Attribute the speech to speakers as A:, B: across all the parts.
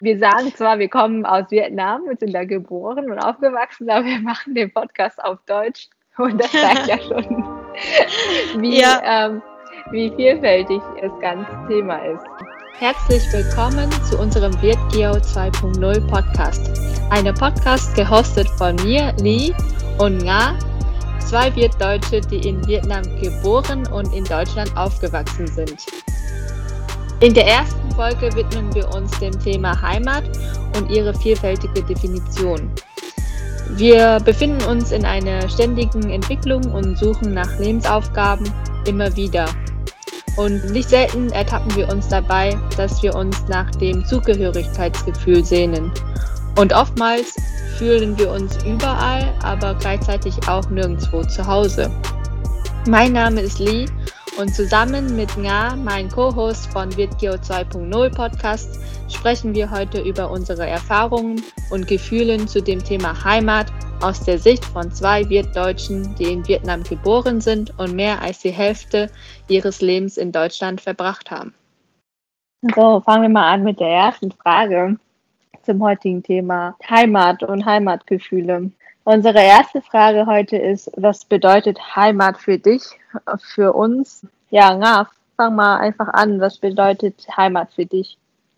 A: Wir sagen zwar, wir kommen aus Vietnam, wir sind da geboren und aufgewachsen, aber wir machen den Podcast auf Deutsch und das zeigt ja schon, wie vielfältig das ganze Thema ist. Herzlich willkommen zu unserem VietGeo 2.0 Podcast. Eine Podcast gehostet von mir, Lee, und Nga, zwei Vietdeutsche, die in Vietnam geboren und in Deutschland aufgewachsen sind. In der ersten Folge widmen wir uns dem Thema Heimat und ihre vielfältige Definition. Wir befinden uns in einer ständigen Entwicklung und suchen nach Lebensaufgaben immer wieder. Und nicht selten ertappen wir uns dabei, dass wir uns nach dem Zugehörigkeitsgefühl sehnen. Und oftmals fühlen wir uns überall, aber gleichzeitig auch nirgendwo zu Hause. Mein Name ist Lee und zusammen mit Nga, mein Co-Host von VietGeo 2.0 Podcast, sprechen wir heute über unsere Erfahrungen und Gefühle zu dem Thema Heimat aus der Sicht von zwei Vietdeutschen, die in Vietnam geboren sind und mehr als die Hälfte ihres Lebens in Deutschland verbracht haben. So, fangen wir mal an mit der ersten Frage zum heutigen Thema Heimat und Heimatgefühle. Unsere erste Frage heute ist, was bedeutet Heimat für dich, für uns? Ja, Nga, fang mal einfach an. Was bedeutet Heimat für dich?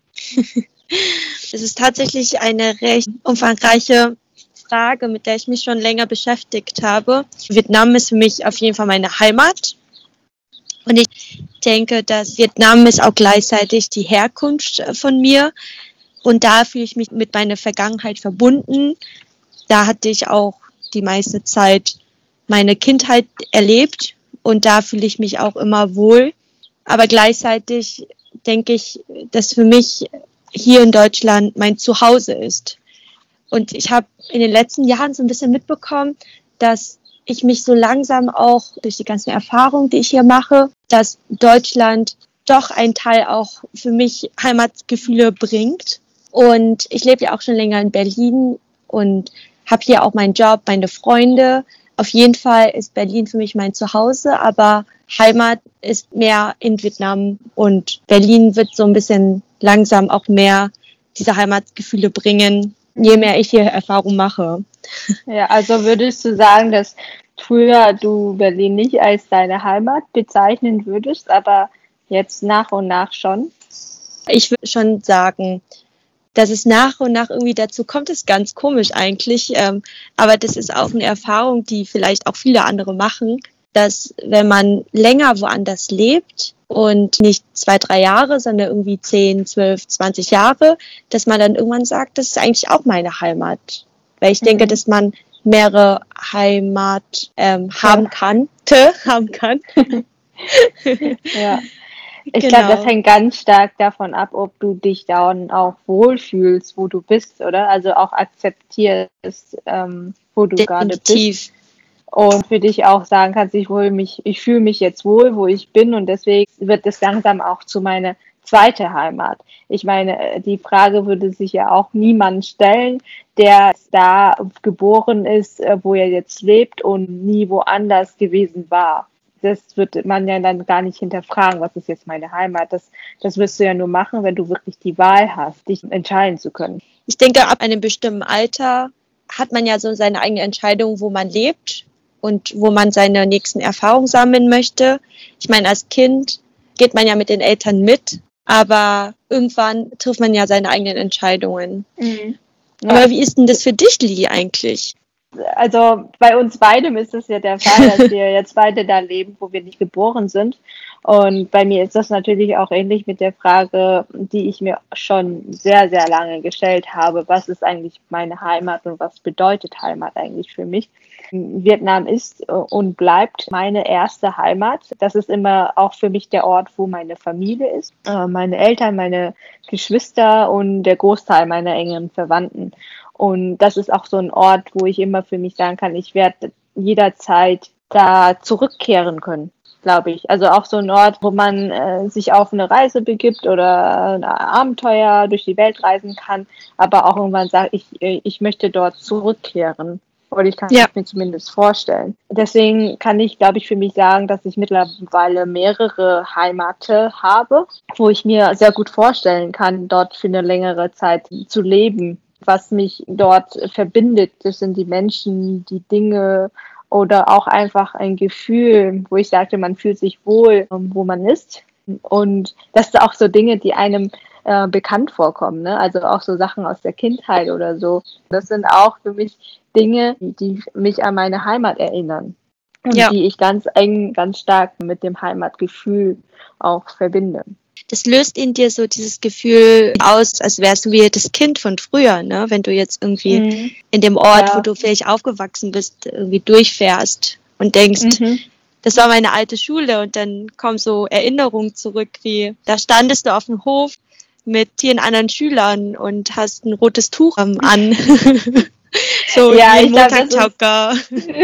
B: Es ist tatsächlich eine recht umfangreiche Frage, mit der ich mich schon länger beschäftigt habe. Vietnam ist für mich auf jeden Fall meine Heimat. Und ich denke, dass Vietnam ist auch gleichzeitig die Herkunft von mir. Und da fühle ich mich mit meiner Vergangenheit verbunden. Da hatte ich auch die meiste Zeit meine Kindheit erlebt und da fühle ich mich auch immer wohl. Aber gleichzeitig denke ich, dass für mich hier in Deutschland mein Zuhause ist. Und ich habe in den letzten Jahren so ein bisschen mitbekommen, dass ich mich so langsam auch durch die ganzen Erfahrungen, die ich hier mache, dass Deutschland doch ein Teil auch für mich Heimatgefühle bringt. Und ich lebe ja auch schon länger in Berlin und habe hier auch meinen Job, meine Freunde. Auf jeden Fall ist Berlin für mich mein Zuhause, aber Heimat ist mehr in Vietnam und Berlin wird so ein bisschen langsam auch mehr diese Heimatgefühle bringen, je mehr ich hier Erfahrung mache.
A: Ja, also würdest du sagen, dass früher du Berlin nicht als deine Heimat bezeichnen würdest, aber jetzt nach und nach schon?
B: Ich würde schon sagen, dass es nach und nach irgendwie dazu kommt, ist ganz komisch eigentlich. Aber das ist auch eine Erfahrung, die vielleicht auch viele andere machen, dass wenn man länger woanders lebt und nicht 2-3 Jahre, sondern irgendwie 10, 12, 20 Jahre, dass man dann irgendwann sagt, das ist eigentlich auch meine Heimat. Weil ich denke, dass man mehrere Heimat haben kann.
A: Ja. Ich glaube, das hängt ganz stark davon ab, ob du dich dann auch wohlfühlst, wo du bist, oder? Also auch akzeptierst, wo du gerade bist. Und für dich auch sagen kannst, ich fühle mich jetzt wohl, wo ich bin und deswegen wird es langsam auch zu meiner zweiten Heimat. Ich meine, die Frage würde sich ja auch niemand stellen, der da geboren ist, wo er jetzt lebt und nie woanders gewesen war. Das wird man ja dann gar nicht hinterfragen, was ist jetzt meine Heimat. Das wirst du ja nur machen, wenn du wirklich die Wahl hast, dich entscheiden zu können.
B: Ich denke, ab einem bestimmten Alter hat man ja so seine eigene Entscheidung, wo man lebt und wo man seine nächsten Erfahrungen sammeln möchte. Ich meine, als Kind geht man ja mit den Eltern mit, aber irgendwann trifft man ja seine eigenen Entscheidungen. Mhm. Ja. Aber wie ist denn das für dich, Lee, eigentlich?
A: Also bei uns beidem ist es ja der Fall, dass wir jetzt beide da leben, wo wir nicht geboren sind. Und bei mir ist das natürlich auch ähnlich mit der Frage, die ich mir schon sehr, sehr lange gestellt habe. Was ist eigentlich meine Heimat und was bedeutet Heimat eigentlich für mich? Vietnam ist und bleibt meine erste Heimat. Das ist immer auch für mich der Ort, wo meine Familie ist. Meine Eltern, meine Geschwister und der Großteil meiner engeren Verwandten. Und das ist auch so ein Ort, wo ich immer für mich sagen kann, ich werde jederzeit da zurückkehren können, glaube ich. Also auch so ein Ort, wo man sich auf eine Reise begibt oder ein Abenteuer durch die Welt reisen kann, aber auch irgendwann sagt, ich möchte dort zurückkehren. Oder ich kann
B: Ja.
A: es mir zumindest vorstellen. Deswegen kann ich, glaube ich, für mich sagen, dass ich mittlerweile mehrere Heimate habe, wo ich mir sehr gut vorstellen kann, dort für eine längere Zeit zu leben. Was mich dort verbindet, das sind die Menschen, die Dinge oder auch einfach ein Gefühl, wo ich sagte, man fühlt sich wohl, wo man ist. Und das sind auch so Dinge, die einem bekannt vorkommen, ne? Also auch so Sachen aus der Kindheit oder so. Das sind auch für mich Dinge, die mich an meine Heimat erinnern und
B: Ja.
A: die ich ganz eng, ganz stark mit dem Heimatgefühl auch verbinde.
B: Das löst in dir so dieses Gefühl aus, als wärst du wie das Kind von früher, ne? Wenn du jetzt irgendwie in dem Ort,
A: Ja.
B: wo du vielleicht aufgewachsen bist, irgendwie durchfährst und denkst, das war meine alte Schule, und dann kommen so Erinnerungen zurück, wie da standest du auf dem Hof mit 10 anderen Schülern und hast ein rotes Tuch an. So
A: Ja,
B: wie
A: ich glaub,
B: Montagjocker.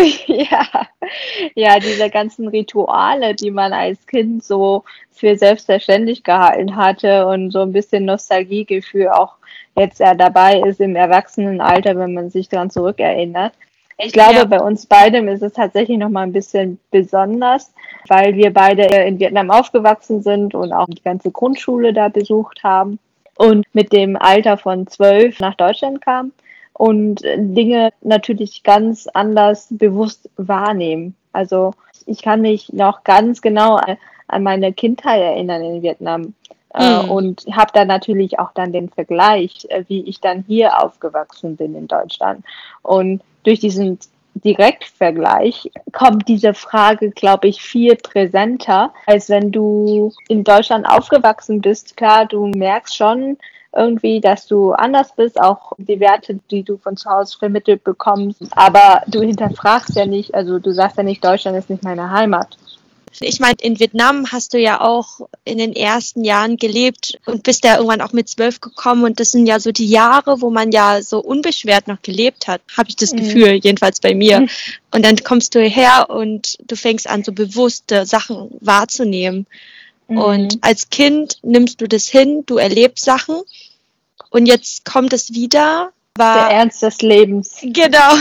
A: Ja, diese ganzen Rituale, die man als Kind so für selbstverständlich gehalten hatte und so ein bisschen Nostalgiegefühl auch jetzt ja dabei ist im Erwachsenenalter, wenn man sich daran zurückerinnert. Ich glaube,
B: Ja.
A: bei uns beidem ist es tatsächlich nochmal ein bisschen besonders, weil wir beide in Vietnam aufgewachsen sind und auch die ganze Grundschule da besucht haben und mit dem Alter von 12 nach Deutschland kamen und Dinge natürlich ganz anders bewusst wahrnehmen. Also ich kann mich noch ganz genau an meine Kindheit erinnern in Vietnam und habe da natürlich auch dann den Vergleich, wie ich dann hier aufgewachsen bin in Deutschland. Und durch diesen Direktvergleich kommt diese Frage, glaube ich, viel präsenter, als wenn du in Deutschland aufgewachsen bist. Klar, du merkst schon irgendwie, dass du anders bist, auch die Werte, die du von zu Hause vermittelt bekommst, aber du hinterfragst ja nicht, also du sagst ja nicht, Deutschland ist nicht meine Heimat.
B: Ich meine, in Vietnam hast du ja auch in den ersten Jahren gelebt und bist ja irgendwann auch mit 12 gekommen, und das sind ja so die Jahre, wo man ja so unbeschwert noch gelebt hat, habe ich das Gefühl, jedenfalls bei mir. Und dann kommst du her und du fängst an, so bewusste Sachen wahrzunehmen. Und als Kind nimmst du das hin, du erlebst Sachen, und jetzt kommt es wieder.
A: Der Ernst des Lebens.
B: Genau.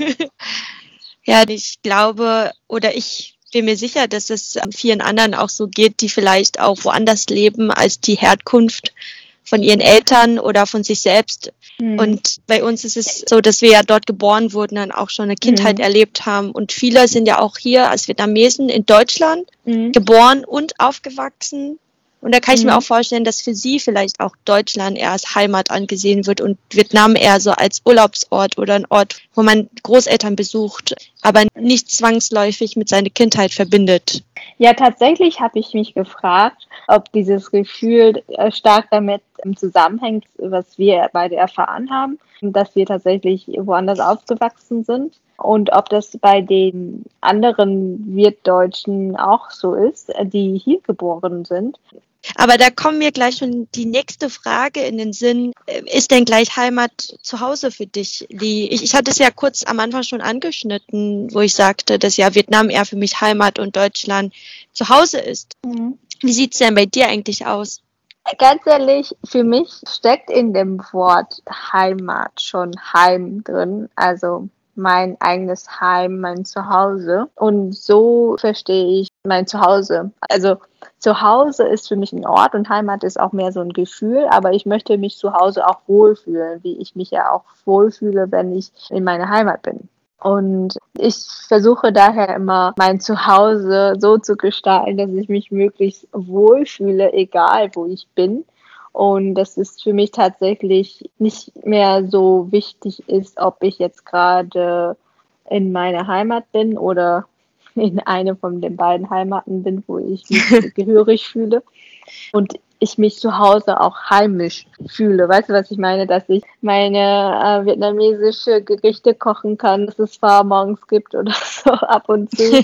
B: Ja, ich glaube, oder ich bin mir sicher, dass es vielen anderen auch so geht, die vielleicht auch woanders leben als die Herkunft von ihren Eltern oder von sich selbst. Und bei uns ist es so, dass wir ja dort geboren wurden und auch schon eine Kindheit erlebt haben. Und viele sind ja auch hier als Vietnamesen in Deutschland geboren und aufgewachsen. Und da kann ich mir auch vorstellen, dass für sie vielleicht auch Deutschland eher als Heimat angesehen wird und Vietnam eher so als Urlaubsort oder ein Ort, wo man Großeltern besucht, aber nicht zwangsläufig mit seiner Kindheit verbindet.
A: Ja, tatsächlich habe ich mich gefragt, ob dieses Gefühl stark damit zusammenhängt, was wir beide erfahren haben, dass wir tatsächlich woanders aufgewachsen sind. Und ob das bei den anderen Wirtdeutschen auch so ist, die hier geboren sind.
B: Aber da kommen mir gleich schon die nächste Frage in den Sinn. Ist denn gleich Heimat zu Hause für dich, Li? Ich hatte es ja kurz am Anfang schon angeschnitten, wo ich sagte, dass ja Vietnam eher für mich Heimat und Deutschland zu Hause ist. Wie sieht es denn bei dir eigentlich aus?
A: Ganz ehrlich, für mich steckt in dem Wort Heimat schon Heim drin, also mein eigenes Heim, mein Zuhause. Und so verstehe ich mein Zuhause. Also Zuhause ist für mich ein Ort und Heimat ist auch mehr so ein Gefühl, aber ich möchte mich zu Hause auch wohlfühlen, wie ich mich ja auch wohlfühle, wenn ich in meiner Heimat bin. Und ich versuche daher immer, mein Zuhause so zu gestalten, dass ich mich möglichst wohlfühle, egal wo ich bin. Und das ist für mich tatsächlich nicht mehr so wichtig ist, ob ich jetzt gerade in meiner Heimat bin oder in eine von den beiden Heimaten bin, wo ich mich gehörig fühle. Und ich mich zu Hause auch heimisch fühle. Weißt du, was ich meine? Dass ich meine vietnamesische Gerichte kochen kann, dass es Pho morgens gibt oder so ab und zu.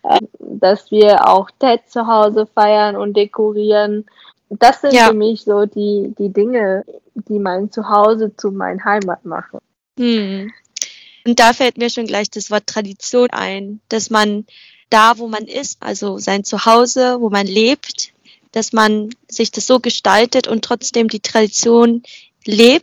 A: Dass wir auch Tet zu Hause feiern und dekorieren. Das sind für mich so die Dinge, die mein Zuhause zu meiner Heimat machen.
B: Und da fällt mir schon gleich das Wort Tradition ein, dass man da, wo man ist, also sein Zuhause, wo man lebt, dass man sich das so gestaltet und trotzdem die Tradition lebt,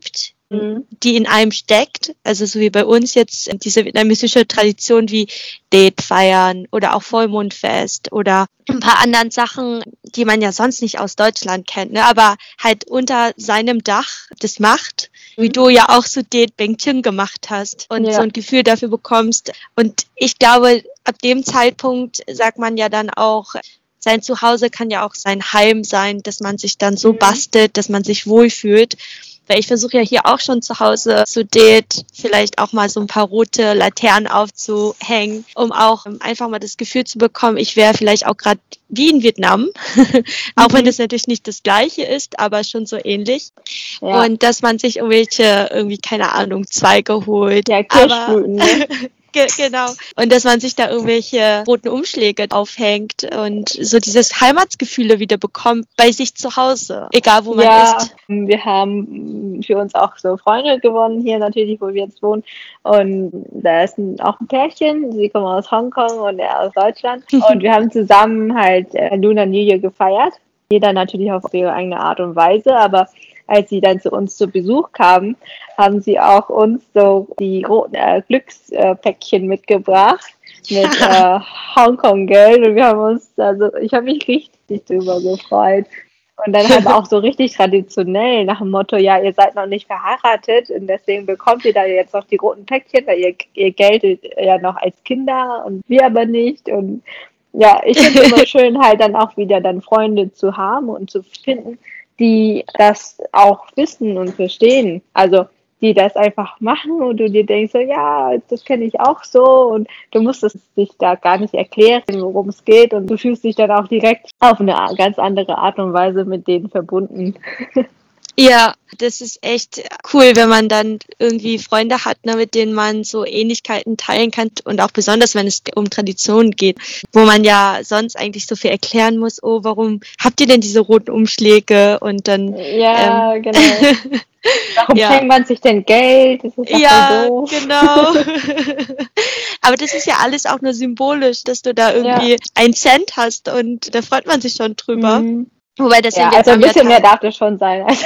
B: die in einem steckt. Also so wie bei uns jetzt diese vietnamesische Tradition wie Date feiern oder auch Vollmondfest oder ein paar anderen Sachen, die man ja sonst nicht aus Deutschland kennt, ne? Aber halt unter seinem Dach das macht, wie du ja auch so Date Bengcheng gemacht hast und so ein Gefühl dafür bekommst. Und ich glaube, ab dem Zeitpunkt sagt man ja dann auch, sein Zuhause kann ja auch sein Heim sein, dass man sich dann so bastelt, dass man sich wohlfühlt. Weil ich versuche ja hier auch schon zu Hause zu Date vielleicht auch mal so ein paar rote Laternen aufzuhängen, um auch einfach mal das Gefühl zu bekommen, ich wäre vielleicht auch gerade wie in Vietnam, auch wenn das natürlich nicht das Gleiche ist, aber schon so ähnlich. Ja. Und dass man sich irgendwie, keine Ahnung, Zweige holt.
A: Ja, Kirschblüten, ne?
B: Genau. Und dass man sich da irgendwelche roten Umschläge aufhängt und so dieses Heimatsgefühle wieder bekommt bei sich zu Hause, egal wo man ist.
A: Wir haben für uns auch so Freunde gewonnen hier natürlich, wo wir jetzt wohnen. Und da ist auch ein Pärchen, sie kommen aus Hongkong und er aus Deutschland. Und wir haben zusammen halt Lunar New Year gefeiert. Jeder natürlich auf ihre eigene Art und Weise, aber als sie dann zu uns zu Besuch kamen, haben sie auch uns so die roten Glückspäckchen mitgebracht mit Hongkong-Geld und wir haben uns, also ich habe mich richtig drüber gefreut. Und dann halt auch so richtig traditionell nach dem Motto, ja, ihr seid noch nicht verheiratet und deswegen bekommt ihr da jetzt noch die roten Päckchen, weil ihr geltet ja noch als Kinder und wir aber nicht. Und ja, ich finde es immer schön, halt dann auch wieder dann Freunde zu haben und zu finden, die das auch wissen und verstehen. Also die das einfach machen und du dir denkst, so, ja, das kenne ich auch so und du musst es dich da gar nicht erklären, worum es geht und du fühlst dich dann auch direkt auf eine ganz andere Art und Weise mit denen verbunden.
B: Ja, das ist echt cool, wenn man dann irgendwie Freunde hat, ne, mit denen man so Ähnlichkeiten teilen kann und auch besonders, wenn es um Traditionen geht, wo man ja sonst eigentlich so viel erklären muss, oh, warum habt ihr denn diese roten Umschläge und dann...
A: Ja, genau. Warum schenkt man sich denn Geld? Das ist
B: ja, so doof. Genau. Aber das ist ja alles auch nur symbolisch, dass du da irgendwie 1 Cent hast und da freut man sich schon drüber.
A: Mhm. Wobei das also ein bisschen mehr darf das schon sein. Als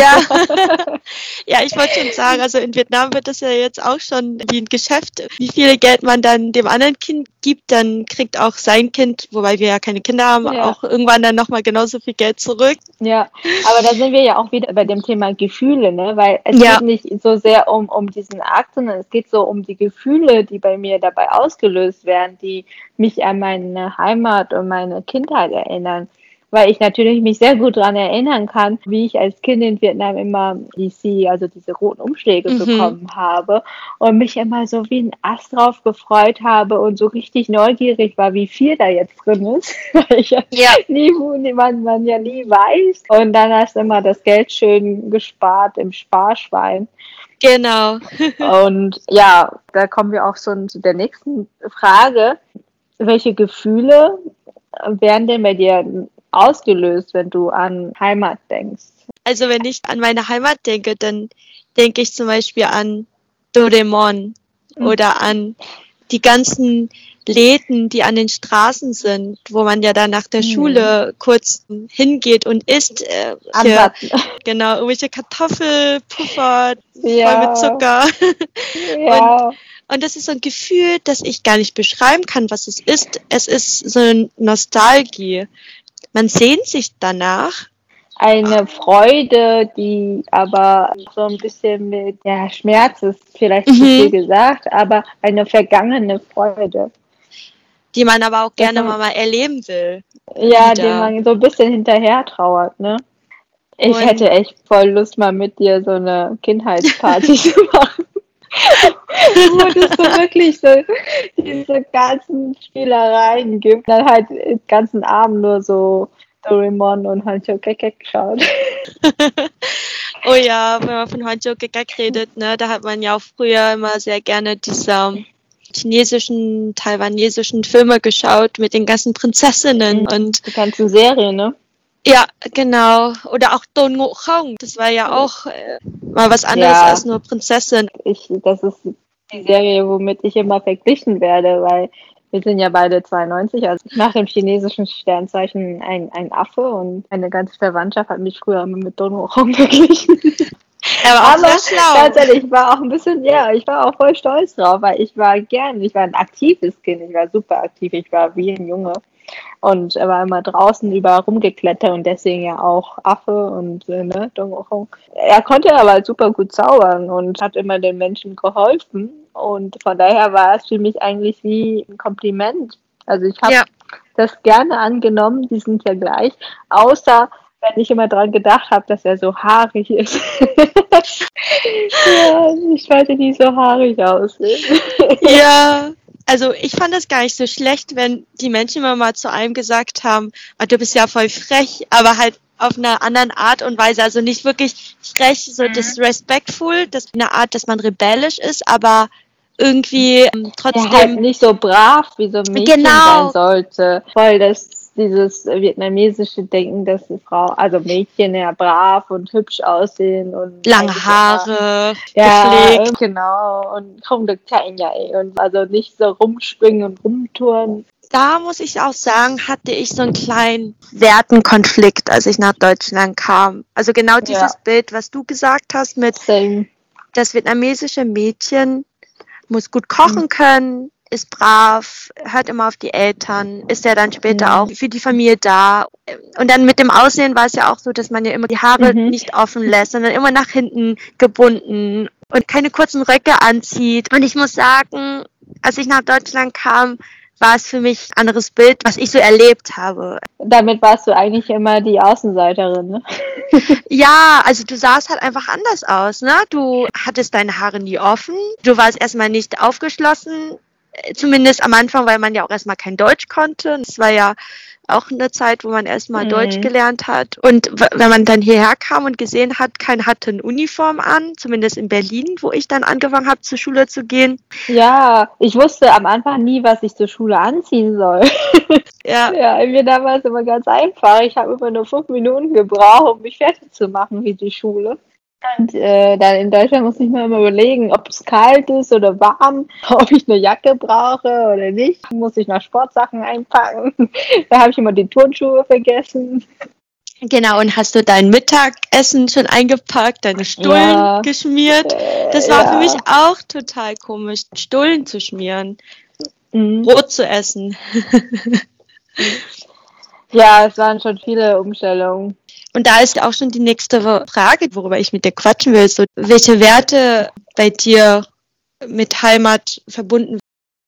B: ja, ich wollte schon sagen, also in Vietnam wird das ja jetzt auch schon wie ein Geschäft. Wie viel Geld man dann dem anderen Kind gibt, dann kriegt auch sein Kind, wobei wir ja keine Kinder haben, auch irgendwann dann nochmal genauso viel Geld zurück.
A: Ja, aber da sind wir ja auch wieder bei dem Thema Gefühle, ne? Weil es geht nicht so sehr um diesen Akt, sondern es geht so um die Gefühle, die bei mir dabei ausgelöst werden, die mich an meine Heimat und meine Kindheit erinnern. Weil ich natürlich mich sehr gut daran erinnern kann, wie ich als Kind in Vietnam immer DC, also diese roten Umschläge bekommen habe und mich immer so wie ein Ast drauf gefreut habe und so richtig neugierig war, wie viel da jetzt drin ist, weil ich man ja nie weiß. Und dann hast du immer das Geld schön gespart im Sparschwein.
B: Genau.
A: Und ja, da kommen wir auch schon zu der nächsten Frage. Welche Gefühle werden denn bei dir ausgelöst, wenn du an Heimat denkst?
B: Also wenn ich an meine Heimat denke, dann denke ich zum Beispiel an Doraemon oder an die ganzen Läden, die an den Straßen sind, wo man ja dann nach der Schule kurz hingeht und isst. Genau, irgendwelche Kartoffelpuffer voll mit Zucker. Ja. Und das ist so ein Gefühl, das ich gar nicht beschreiben kann, was es ist. Es ist so eine Nostalgie. Man sehnt sich danach.
A: Eine Freude, die aber so ein bisschen mit Schmerz ist vielleicht zu viel gesagt, aber eine vergangene Freude.
B: Die man aber auch gerne mal erleben will.
A: Ja, die man so ein bisschen hinterher trauert, ne? Ich hätte echt voll Lust, mal mit dir so eine Kindheitsparty zu machen. Wo es so wirklich so diese ganzen Spielereien gibt. Dann halt den ganzen Abend nur so Doraemon und Hancho Kekek schaut.
B: Oh ja, wenn man von Hancho Kekek redet, ne, da hat man ja auch früher immer sehr gerne diese chinesischen, taiwanesischen Filme geschaut mit den ganzen Prinzessinnen und
A: die ganzen Serien, ne?
B: Ja, genau. Oder auch Tôn Ngộ Không. Das war ja auch mal was anderes als nur Prinzessin.
A: Das ist die Serie, womit ich immer verglichen werde, weil wir sind ja beide 92, also nach dem chinesischen Sternzeichen ein Affe und meine ganze Verwandtschaft hat mich früher immer mit Tôn Ngộ Không verglichen.
B: Er war auch
A: Aber
B: sehr schlau.
A: ganz ehrlich, ich war auch ein bisschen, ja, ich war auch voll stolz drauf, weil ich war ein aktives Kind, ich war super aktiv, ich war wie ein Junge und er war immer draußen überall rumgeklettert und deswegen ja auch Affe und ne, Dongorong. Er konnte aber halt super gut zaubern und hat immer den Menschen geholfen und von daher war es für mich eigentlich wie ein Kompliment. Also ich habe
B: Ja,
A: das gerne angenommen, diesen Vergleich, außer wenn ich immer dran gedacht habe, dass er so haarig ist. Ja, ich wollte nie so haarig aussehen.
B: ja. Also ich fand das gar nicht so schlecht, wenn die Menschen immer mal zu einem gesagt haben, "Ah, du bist ja voll frech, aber halt auf einer anderen Art und Weise. Also nicht wirklich frech, so disrespectful, das ist eine Art, dass man rebellisch ist, aber irgendwie
A: Der halt
B: trotzdem.
A: nicht so brav wie so ein Mädchen sein
B: Genau,
A: sollte. Voll dieses vietnamesische Denken, dass die Frau, also Mädchen ja brav und hübsch aussehen und
B: lange
A: eigentlich immer,
B: Haare,
A: ja,
B: gepflegt.
A: genau, und không được chạy nhảy und also nicht so rumspringen und rumtouren.
B: Da muss ich auch sagen, hatte ich so einen kleinen Wertenkonflikt, als ich nach Deutschland kam. Also genau dieses
A: Ja,
B: Bild, was du gesagt hast, mit
A: same.
B: das vietnamesische Mädchen muss gut kochen können, ist brav, hört immer auf die Eltern, ist ja dann später auch für die Familie da. Und dann mit dem Aussehen war es ja auch so, dass man ja immer die Haare nicht offen lässt, sondern immer nach hinten gebunden und keine kurzen Röcke anzieht. Und ich muss sagen, als ich nach Deutschland kam, war es für mich ein anderes Bild, was ich so erlebt habe.
A: Damit warst du eigentlich immer die Außenseiterin, ne?
B: Ja, also du sahst halt einfach anders aus, ne? Du hattest deine Haare nie offen, du warst erstmal nicht aufgeschlossen, zumindest am Anfang, weil man ja auch erstmal kein Deutsch konnte. Das war ja auch eine Zeit, wo man erstmal Deutsch gelernt hat. Und wenn man dann hierher kam und gesehen hat, keiner hatte eine Uniform an, zumindest in Berlin, wo ich dann angefangen habe, zur Schule zu gehen.
A: Ja, ich wusste am Anfang nie, was ich zur Schule anziehen soll.
B: Ja,
A: Ja, mir da war es immer ganz einfach. Ich habe immer nur 5 Minuten gebraucht, um mich fertig zu machen wie die Schule. Und dann in Deutschland muss ich mir immer überlegen, ob es kalt ist oder warm, ob ich eine Jacke brauche oder nicht. Muss ich noch Sportsachen einpacken? Da habe ich immer die Turnschuhe vergessen.
B: genau. Und hast du dein Mittagessen schon eingepackt, deine Stullen
A: Ja,
B: geschmiert? Das war für mich
A: ja.
B: auch total komisch, Stullen zu schmieren,
A: Mhm.
B: Brot zu essen.
A: Ja, es waren schon viele Umstellungen.
B: Und da ist auch schon die nächste Frage, worüber ich mit dir quatschen will. So, welche Werte bei dir mit Heimat verbunden?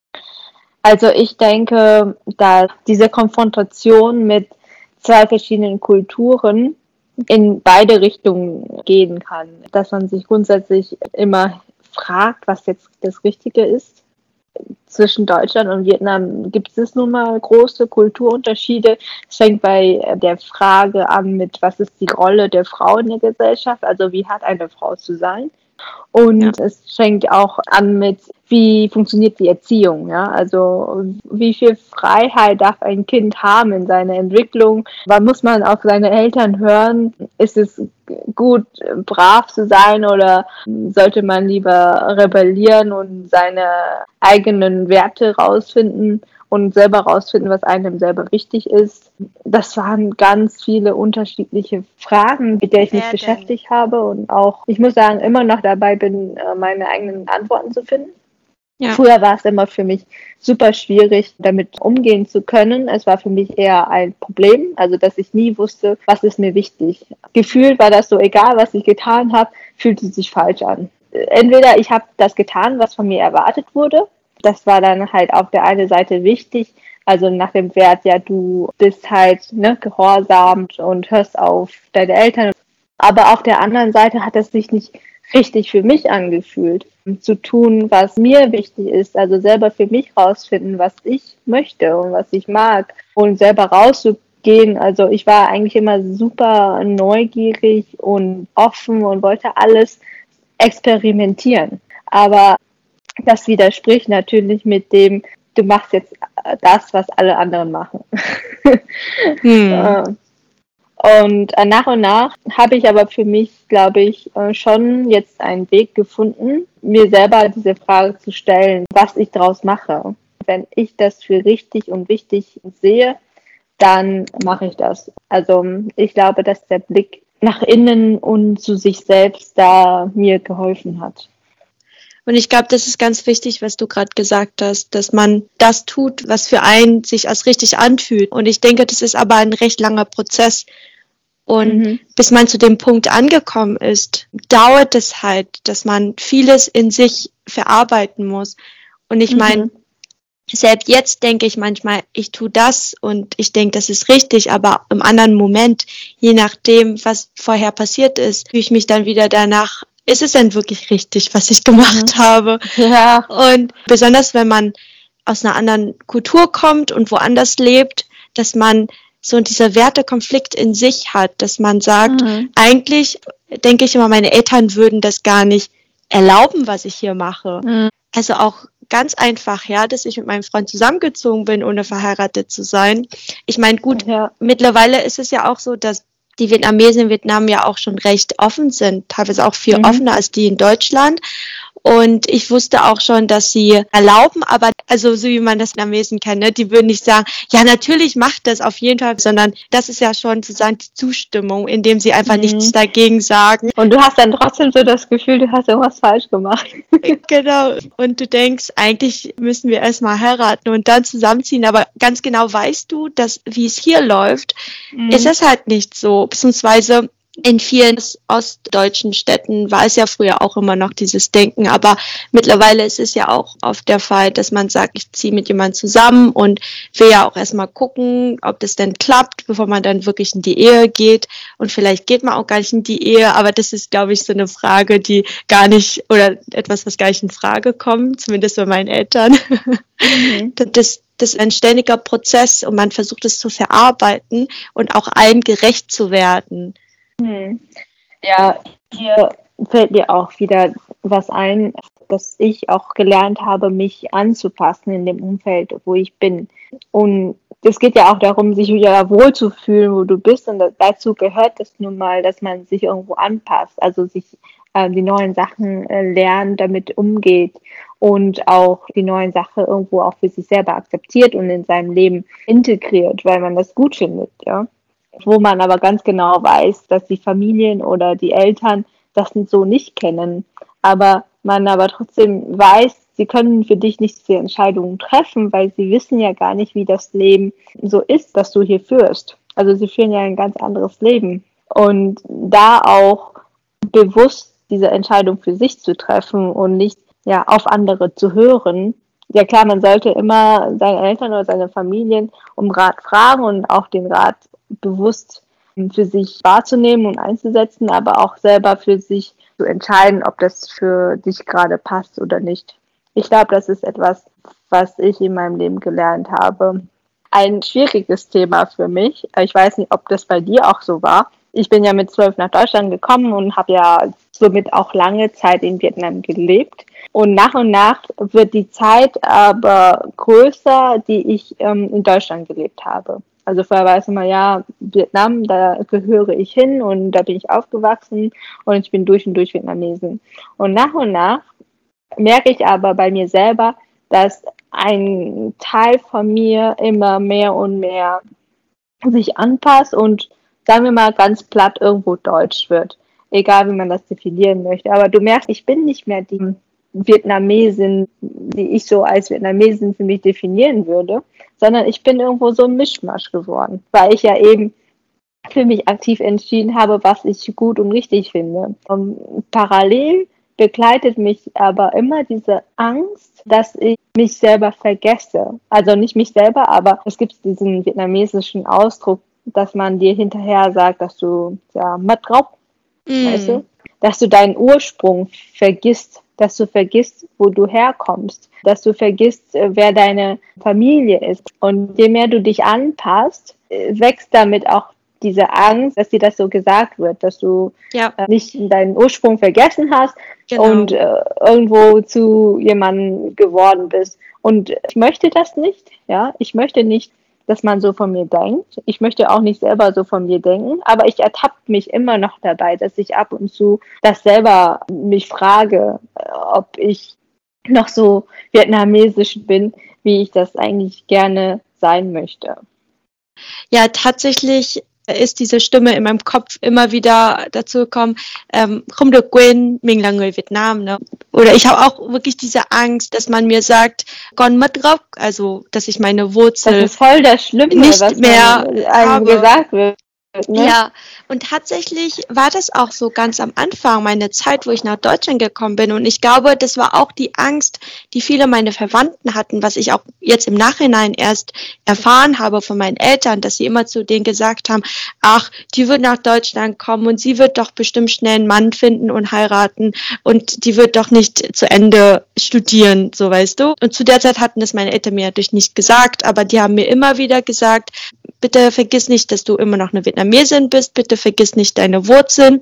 A: Also ich denke, dass diese Konfrontation mit zwei verschiedenen Kulturen in beide Richtungen gehen kann. Dass man sich grundsätzlich immer fragt, was jetzt das Richtige ist. Zwischen Deutschland und Vietnam gibt es nun mal große Kulturunterschiede. Es fängt bei der Frage an mit, was ist die Rolle der Frau in der Gesellschaft, also wie hat eine Frau zu sein. Und es fängt auch an mit, wie funktioniert die Erziehung, ja? Also wie viel Freiheit darf ein Kind haben in seiner Entwicklung? Wann muss man auf seine Eltern hören? Ist es gut, brav zu sein oder sollte man lieber rebellieren und seine eigenen Werte rausfinden und selber rausfinden, was einem selber wichtig ist? Das waren ganz viele unterschiedliche Fragen, mit der ich mich beschäftigt habe und auch, ich muss sagen, immer noch dabei bin, meine eigenen Antworten zu finden. Ja. Früher war es immer für mich super schwierig, damit umgehen zu können. Es war für mich eher ein Problem, also dass ich nie wusste, was ist mir wichtig. Gefühlt war das so, egal was ich getan habe, fühlte es sich falsch an. Entweder ich habe das getan, was von mir erwartet wurde. Das war dann halt auf der einen Seite wichtig, also nach dem Wert, ja, du bist halt gehorsam und hörst auf deine Eltern. Aber auf der anderen Seite hat es sich nicht richtig für mich angefühlt, zu tun, was mir wichtig ist, also selber für mich rausfinden, was ich möchte und was ich mag und selber rauszugehen. Also ich war eigentlich immer super neugierig und offen und wollte alles experimentieren. Aber das widerspricht natürlich mit dem, du machst jetzt das, was alle anderen machen. Und nach und nach habe ich aber für mich, glaube ich, schon jetzt einen Weg gefunden, mir selber diese Frage zu stellen, was ich daraus mache. Wenn ich das für richtig und wichtig sehe, dann mache ich das. Also ich glaube, dass der Blick nach innen und zu sich selbst da mir geholfen hat.
B: Und ich glaube, das ist ganz wichtig, was du gerade gesagt hast, dass man das tut, was für einen sich als richtig anfühlt. Und ich denke, das ist aber ein recht langer Prozess. Und bis man zu dem Punkt angekommen ist, dauert es halt, dass man vieles in sich verarbeiten muss. Und ich meine, selbst jetzt denke ich manchmal, ich tue das und ich denke, das ist richtig, aber im anderen Moment, je nachdem, was vorher passiert ist, fühle ich mich dann wieder danach, ist es denn wirklich richtig, was ich gemacht habe?
A: Ja.
B: Und besonders, wenn man aus einer anderen Kultur kommt und woanders lebt, dass man so dieser Wertekonflikt in sich hat, dass man sagt, eigentlich denke ich immer, meine Eltern würden das gar nicht erlauben, was ich hier mache. Also auch ganz einfach, ja, dass ich mit meinem Freund zusammengezogen bin, ohne verheiratet zu sein. Ich meine, gut, mittlerweile ist es ja auch so, dass die Vietnamesen in Vietnam ja auch schon recht offen sind, teilweise auch viel offener als die in Deutschland. Und ich wusste auch schon, dass sie erlauben, aber also so wie man das Vietnamesen kennt, ne, die würden nicht sagen, ja natürlich macht das auf jeden Fall, sondern das ist ja schon sozusagen die Zustimmung, indem sie einfach nichts dagegen sagen.
A: Und du hast dann trotzdem so das Gefühl, du hast irgendwas falsch gemacht.
B: Genau. Und du denkst, eigentlich müssen wir erstmal heiraten und dann zusammenziehen, aber ganz genau weißt du, dass wie es hier läuft, ist es halt nicht so, beziehungsweise in vielen ostdeutschen Städten war es ja früher auch immer noch dieses Denken, aber mittlerweile ist es ja auch oft der Fall, dass man sagt, ich ziehe mit jemandem zusammen und will ja auch erstmal gucken, ob das denn klappt, bevor man dann wirklich in die Ehe geht. Und vielleicht geht man auch gar nicht in die Ehe, aber das ist, glaube ich, so eine Frage, die gar nicht, oder etwas, was gar nicht in Frage kommt, zumindest bei meinen Eltern. Das ist ein ständiger Prozess und man versucht es zu verarbeiten und auch allen gerecht zu werden.
A: Ja, hier fällt mir auch wieder was ein, dass ich auch gelernt habe, mich anzupassen in dem Umfeld, wo ich bin. Und es geht ja auch darum, sich wieder wohlzufühlen, wo du bist. Und dazu gehört es nun mal, dass man sich irgendwo anpasst, also sich die neuen Sachen lernt, damit umgeht und auch die neuen Sachen irgendwo auch für sich selber akzeptiert und in seinem Leben integriert, weil man das gut findet, ja. Wo man aber ganz genau weiß, dass die Familien oder die Eltern das so nicht kennen, aber man aber trotzdem weiß, sie können für dich nicht diese Entscheidungen treffen, weil sie wissen ja gar nicht, wie das Leben so ist, das du hier führst. Also sie führen ja ein ganz anderes Leben. Und da auch bewusst diese Entscheidung für sich zu treffen und nicht auf andere zu hören. Ja klar, man sollte immer seine Eltern oder seine Familien um Rat fragen und auch den Rat bewusst für sich wahrzunehmen und einzusetzen, aber auch selber für sich zu entscheiden, ob das für dich gerade passt oder nicht. Ich glaube, das ist etwas, was ich in meinem Leben gelernt habe. Ein schwieriges Thema für mich. Ich weiß nicht, ob das bei dir auch so war. Ich bin ja mit 12 nach Deutschland gekommen und habe ja somit auch lange Zeit in Vietnam gelebt. Und nach wird die Zeit aber größer, die ich in Deutschland gelebt habe. Also vorher war es immer, ja, Vietnam, da gehöre ich hin und da bin ich aufgewachsen und ich bin durch und durch Vietnamesin. Und nach merke ich aber bei mir selber, dass ein Teil von mir immer mehr und mehr sich anpasst und, sagen wir mal, ganz platt irgendwo deutsch wird. Egal, wie man das definieren möchte. Aber du merkst, ich bin nicht mehr die Vietnamesin, die ich so als Vietnamesin für mich definieren würde, sondern ich bin irgendwo so ein Mischmasch geworden, weil ich ja eben für mich aktiv entschieden habe, was ich gut und richtig finde. Parallel begleitet mich aber immer diese Angst, dass ich mich selber vergesse. Also nicht mich selber, aber es gibt diesen vietnamesischen Ausdruck, dass man dir hinterher sagt, dass du mất gốc, weißt du? Dass du deinen Ursprung vergisst, dass du vergisst, wo du herkommst, dass du vergisst, wer deine Familie ist. Und je mehr du dich anpasst, wächst damit auch diese Angst, dass dir das so gesagt wird, dass du nicht deinen Ursprung vergessen hast und irgendwo zu jemandem geworden bist. Und ich möchte das nicht, ja. Ich möchte nicht, dass man so von mir denkt. Ich möchte auch nicht selber so von mir denken, aber ich ertappe mich immer noch dabei, dass ich ab und zu das selber mich frage, ob ich noch so vietnamesisch bin, wie ich das eigentlich gerne sein möchte.
B: Ja, tatsächlich ist diese Stimme in meinem Kopf immer wieder dazu gekommen, không được quên mình là người Việt Nam, ne? Oder ich habe auch wirklich diese Angst, dass man mir sagt, con mất gốc, also dass ich meine Wurzel
A: das ist voll das Schlimme,
B: nicht
A: was
B: mehr
A: einem
B: habe.
A: gesagt wird. Ne?
B: Ja, und tatsächlich war das auch so ganz am Anfang, meine Zeit, wo ich nach Deutschland gekommen bin. Und ich glaube, das war auch die Angst, die viele meiner Verwandten hatten, was ich auch jetzt im Nachhinein erst erfahren habe von meinen Eltern, dass sie immer zu denen gesagt haben, ach, die wird nach Deutschland kommen und sie wird doch bestimmt schnell einen Mann finden und heiraten und die wird doch nicht zu Ende studieren, so weißt du. Und zu der Zeit hatten das meine Eltern mir natürlich nicht gesagt, aber die haben mir immer wieder gesagt, bitte vergiss nicht, dass du immer noch eine Vietnamesin bist. Bitte vergiss nicht deine Wurzeln.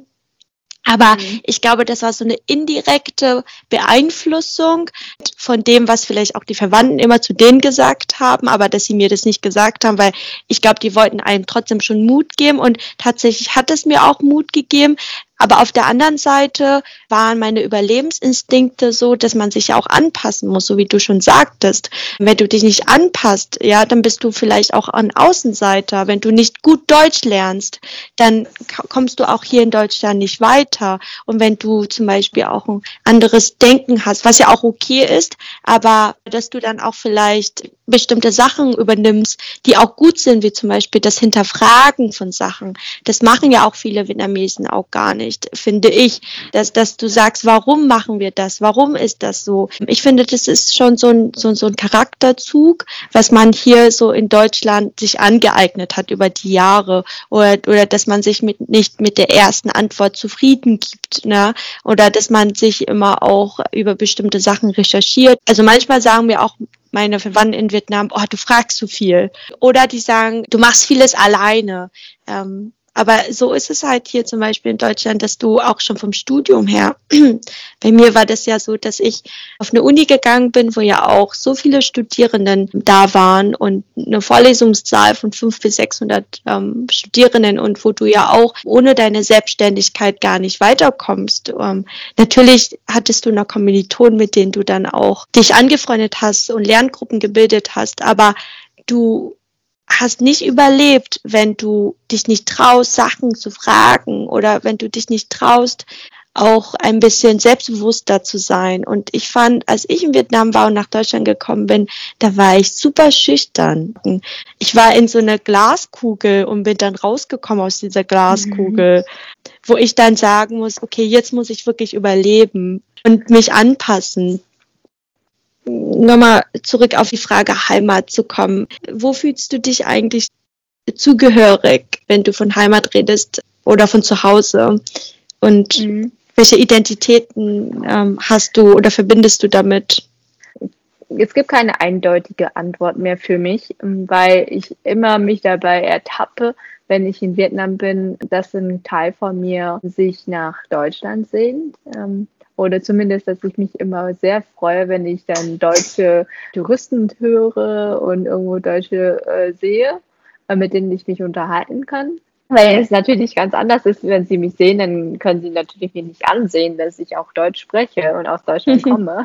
B: Aber ich glaube, das war so eine indirekte Beeinflussung von dem, was vielleicht auch die Verwandten immer zu denen gesagt haben, aber dass sie mir das nicht gesagt haben, weil ich glaube, die wollten einem trotzdem schon Mut geben und tatsächlich hat es mir auch Mut gegeben. Aber auf der anderen Seite waren meine Überlebensinstinkte so, dass man sich ja auch anpassen muss, so wie du schon sagtest. Wenn du dich nicht anpasst, ja, dann bist du vielleicht auch ein Außenseiter. Wenn du nicht gut Deutsch lernst, dann kommst du auch hier in Deutschland nicht weiter. Und wenn du zum Beispiel auch ein anderes Denken hast, was ja auch okay ist, aber dass du dann auch vielleicht bestimmte Sachen übernimmst, die auch gut sind, wie zum Beispiel das Hinterfragen von Sachen. Das machen ja auch viele Vietnamesen auch gar nicht, finde ich, dass du sagst, warum machen wir das? Warum ist das so? Ich finde, das ist schon so ein Charakterzug, was man hier so in Deutschland sich angeeignet hat über die Jahre oder dass man sich nicht mit der ersten Antwort zufrieden gibt, ne? Oder dass man sich immer auch über bestimmte Sachen recherchiert. Also manchmal sagen wir auch meine Verwandten in Vietnam, oh, du fragst zu viel. Oder die sagen, du machst vieles alleine. Aber so ist es halt hier zum Beispiel in Deutschland, dass du auch schon vom Studium her, bei mir war das ja so, dass ich auf eine Uni gegangen bin, wo ja auch so viele Studierenden da waren und eine Vorlesungszahl von 500 bis 600 Studierenden und wo du ja auch ohne deine Selbstständigkeit gar nicht weiterkommst. Natürlich hattest du noch Kommilitonen, mit denen du dann auch dich angefreundet hast und Lerngruppen gebildet hast, aber du hast nicht überlebt, wenn du dich nicht traust, Sachen zu fragen oder wenn du dich nicht traust, auch ein bisschen selbstbewusster zu sein. Und ich fand, als ich in Vietnam war und nach Deutschland gekommen bin, da war ich super schüchtern. Ich war in so einer Glaskugel und bin dann rausgekommen aus dieser Glaskugel, wo ich dann sagen muss, okay, jetzt muss ich wirklich überleben und mich anpassen. Nochmal zurück auf die Frage Heimat zu kommen. Wo fühlst du dich eigentlich zugehörig, wenn du von Heimat redest oder von zu Hause? Und welche Identitäten hast du oder verbindest du damit?
A: Es gibt keine eindeutige Antwort mehr für mich, weil ich immer mich dabei ertappe, wenn ich in Vietnam bin, dass ein Teil von mir sich nach Deutschland sehnt. Oder zumindest, dass ich mich immer sehr freue, wenn ich dann deutsche Touristen höre und irgendwo Deutsche sehe, mit denen ich mich unterhalten kann. Weil es natürlich ganz anders ist, wenn sie mich sehen, dann können sie natürlich mich nicht ansehen, dass ich auch Deutsch spreche und aus Deutschland komme.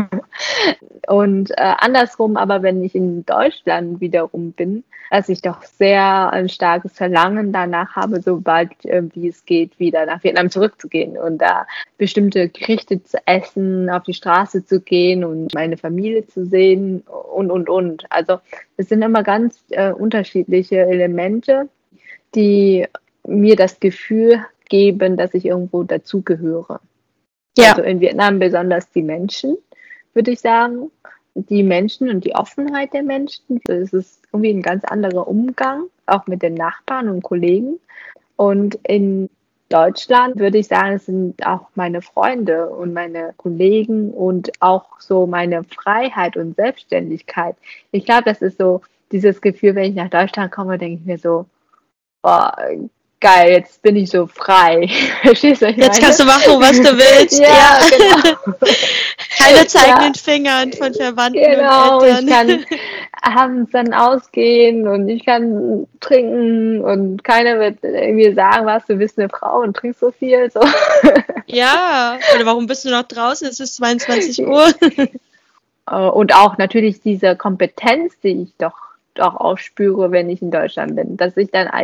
A: Und andersrum, aber wenn ich in Deutschland wiederum bin, dass ich doch sehr ein starkes Verlangen danach habe, sobald wie es geht, wieder nach Vietnam zurückzugehen und da bestimmte Gerichte zu essen, auf die Straße zu gehen und meine Familie zu sehen und. Also es sind immer ganz unterschiedliche Elemente, die mir das Gefühl geben, dass ich irgendwo dazugehöre. Ja. Also in Vietnam besonders die Menschen, würde ich sagen. Die Menschen und die Offenheit der Menschen. Es ist irgendwie ein ganz anderer Umgang, auch mit den Nachbarn und Kollegen. Und in Deutschland würde ich sagen, es sind auch meine Freunde und meine Kollegen und auch so meine Freiheit und Selbstständigkeit. Ich glaube, das ist so dieses Gefühl, wenn ich nach Deutschland komme, denke ich mir so, oh, geil, jetzt bin ich so frei. Verstehst du, was ich meine?
B: Jetzt kannst du machen, was du willst.
A: Ja, genau.
B: Keine zeigenden Fingern von Verwandten
A: genau,
B: und Eltern.
A: Ich kann abends dann ausgehen und ich kann trinken und keiner wird mir sagen, was, du bist eine Frau und trinkst so viel. So.
B: Ja, oder warum bist du noch draußen? Es ist 22 Uhr.
A: Und auch natürlich diese Kompetenz, die ich doch auch spüre, wenn ich in Deutschland bin, dass ich dann als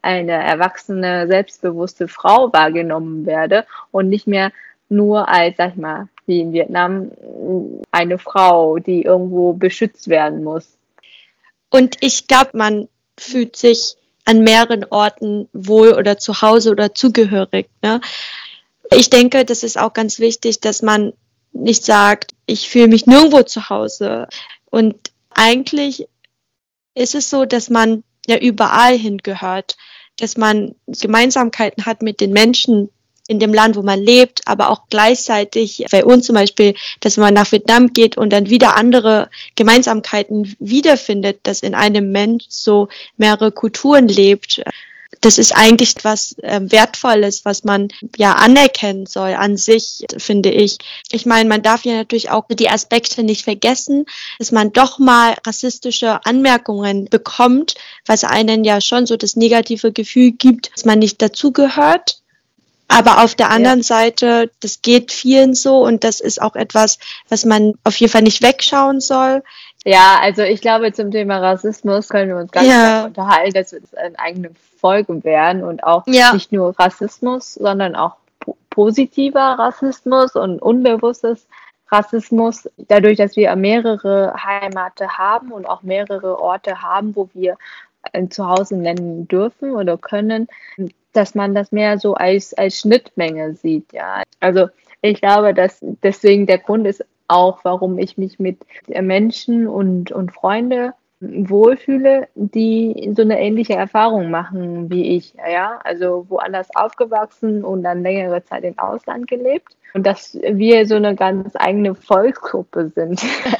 A: eine erwachsene, selbstbewusste Frau wahrgenommen werde und nicht mehr nur als, sag ich mal, wie in Vietnam, eine Frau, die irgendwo beschützt werden muss.
B: Und ich glaube, man fühlt sich an mehreren Orten wohl oder zu Hause oder zugehörig. Ne? Ich denke, das ist auch ganz wichtig, dass man nicht sagt, ich fühle mich nirgendwo zu Hause. Und eigentlich ist es so, dass man ja überall hingehört, dass man Gemeinsamkeiten hat mit den Menschen in dem Land, wo man lebt, aber auch gleichzeitig bei uns zum Beispiel, dass man nach Vietnam geht und dann wieder andere Gemeinsamkeiten wiederfindet, dass in einem Mensch so mehrere Kulturen lebt. Das ist eigentlich was Wertvolles, was man ja anerkennen soll an sich, finde ich. Ich meine, man darf ja natürlich auch die Aspekte nicht vergessen, dass man doch mal rassistische Anmerkungen bekommt, was einen ja schon so das negative Gefühl gibt, dass man nicht dazugehört. Aber auf der anderen Seite, das geht vielen so und das ist auch etwas, was man auf jeden Fall nicht wegschauen soll.
A: Ja, also ich glaube, zum Thema Rassismus können wir uns ganz stark unterhalten, dass wir das eine eigene Folge werden und auch nicht nur Rassismus, sondern auch positiver Rassismus und unbewusstes Rassismus. Dadurch, dass wir mehrere Heimate haben und auch mehrere Orte haben, wo wir ein Zuhause nennen dürfen oder können, dass man das mehr so als Schnittmenge sieht, ja. Also ich glaube, dass deswegen der Grund ist auch, warum ich mich mit Menschen und Freunde wohlfühle, die so eine ähnliche Erfahrung machen wie ich, ja. Also woanders aufgewachsen und dann längere Zeit im Ausland gelebt. Und dass wir so eine ganz eigene Volksgruppe sind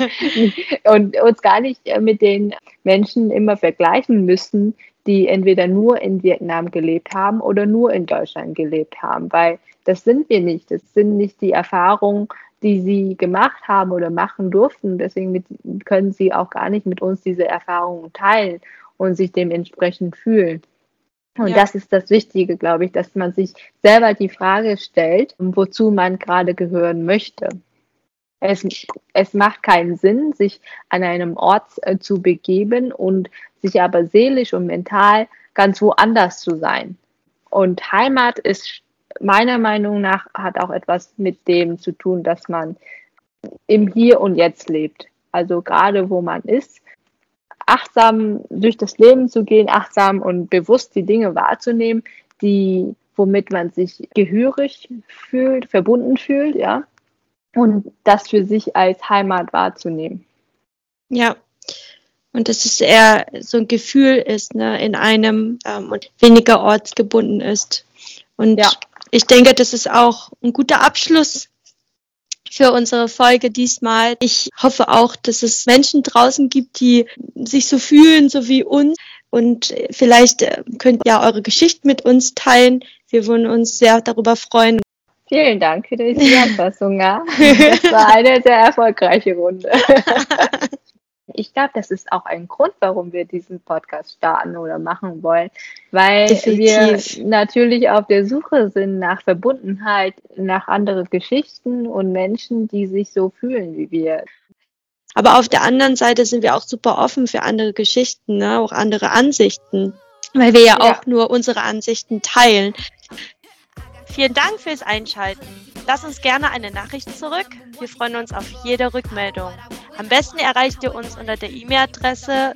A: und uns gar nicht mit den Menschen immer vergleichen müssen, die entweder nur in Vietnam gelebt haben oder nur in Deutschland gelebt haben, weil das sind wir nicht. Das sind nicht die Erfahrungen, die sie gemacht haben oder machen durften. Deswegen können sie auch gar nicht mit uns diese Erfahrungen teilen und sich dementsprechend fühlen. Und das ist das Wichtige, glaube ich, dass man sich selber die Frage stellt, wozu man gerade gehören möchte. Es macht keinen Sinn, sich an einem Ort zu begeben und sich aber seelisch und mental ganz woanders zu sein. Und Heimat ist meiner Meinung nach, hat auch etwas mit dem zu tun, dass man im Hier und Jetzt lebt. Also gerade wo man ist, achtsam durch das Leben zu gehen, achtsam und bewusst die Dinge wahrzunehmen, womit man sich gehörig fühlt, verbunden fühlt, ja. Und das für sich als Heimat wahrzunehmen.
B: Ja, und dass es eher so ein Gefühl ist, ne, in einem und weniger ortsgebunden ist. Und ich denke, das ist auch ein guter Abschluss für unsere Folge diesmal. Ich hoffe auch, dass es Menschen draußen gibt, die sich so fühlen, so wie uns. Und vielleicht könnt ihr eure Geschichte mit uns teilen. Wir würden uns sehr darüber freuen.
A: Vielen Dank für die Zusammenfassung. Ja. Das war eine sehr erfolgreiche Runde. Ich glaube, das ist auch ein Grund, warum wir diesen Podcast starten oder machen wollen, weil wir natürlich auf der Suche sind nach Verbundenheit, nach anderen Geschichten und Menschen, die sich so fühlen wie wir.
B: Aber auf der anderen Seite sind wir auch super offen für andere Geschichten, ne? Auch andere Ansichten, weil wir ja auch nur unsere Ansichten teilen. Vielen Dank fürs Einschalten. Lass uns gerne eine Nachricht zurück. Wir freuen uns auf jede Rückmeldung. Am besten erreicht ihr uns unter der E-Mail-Adresse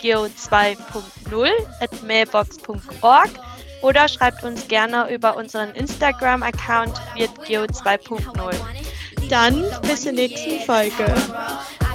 B: vietgeo2.0@mailbox.org oder schreibt uns gerne über unseren Instagram-Account vietgeo2.0. Dann bis zur nächsten Folge.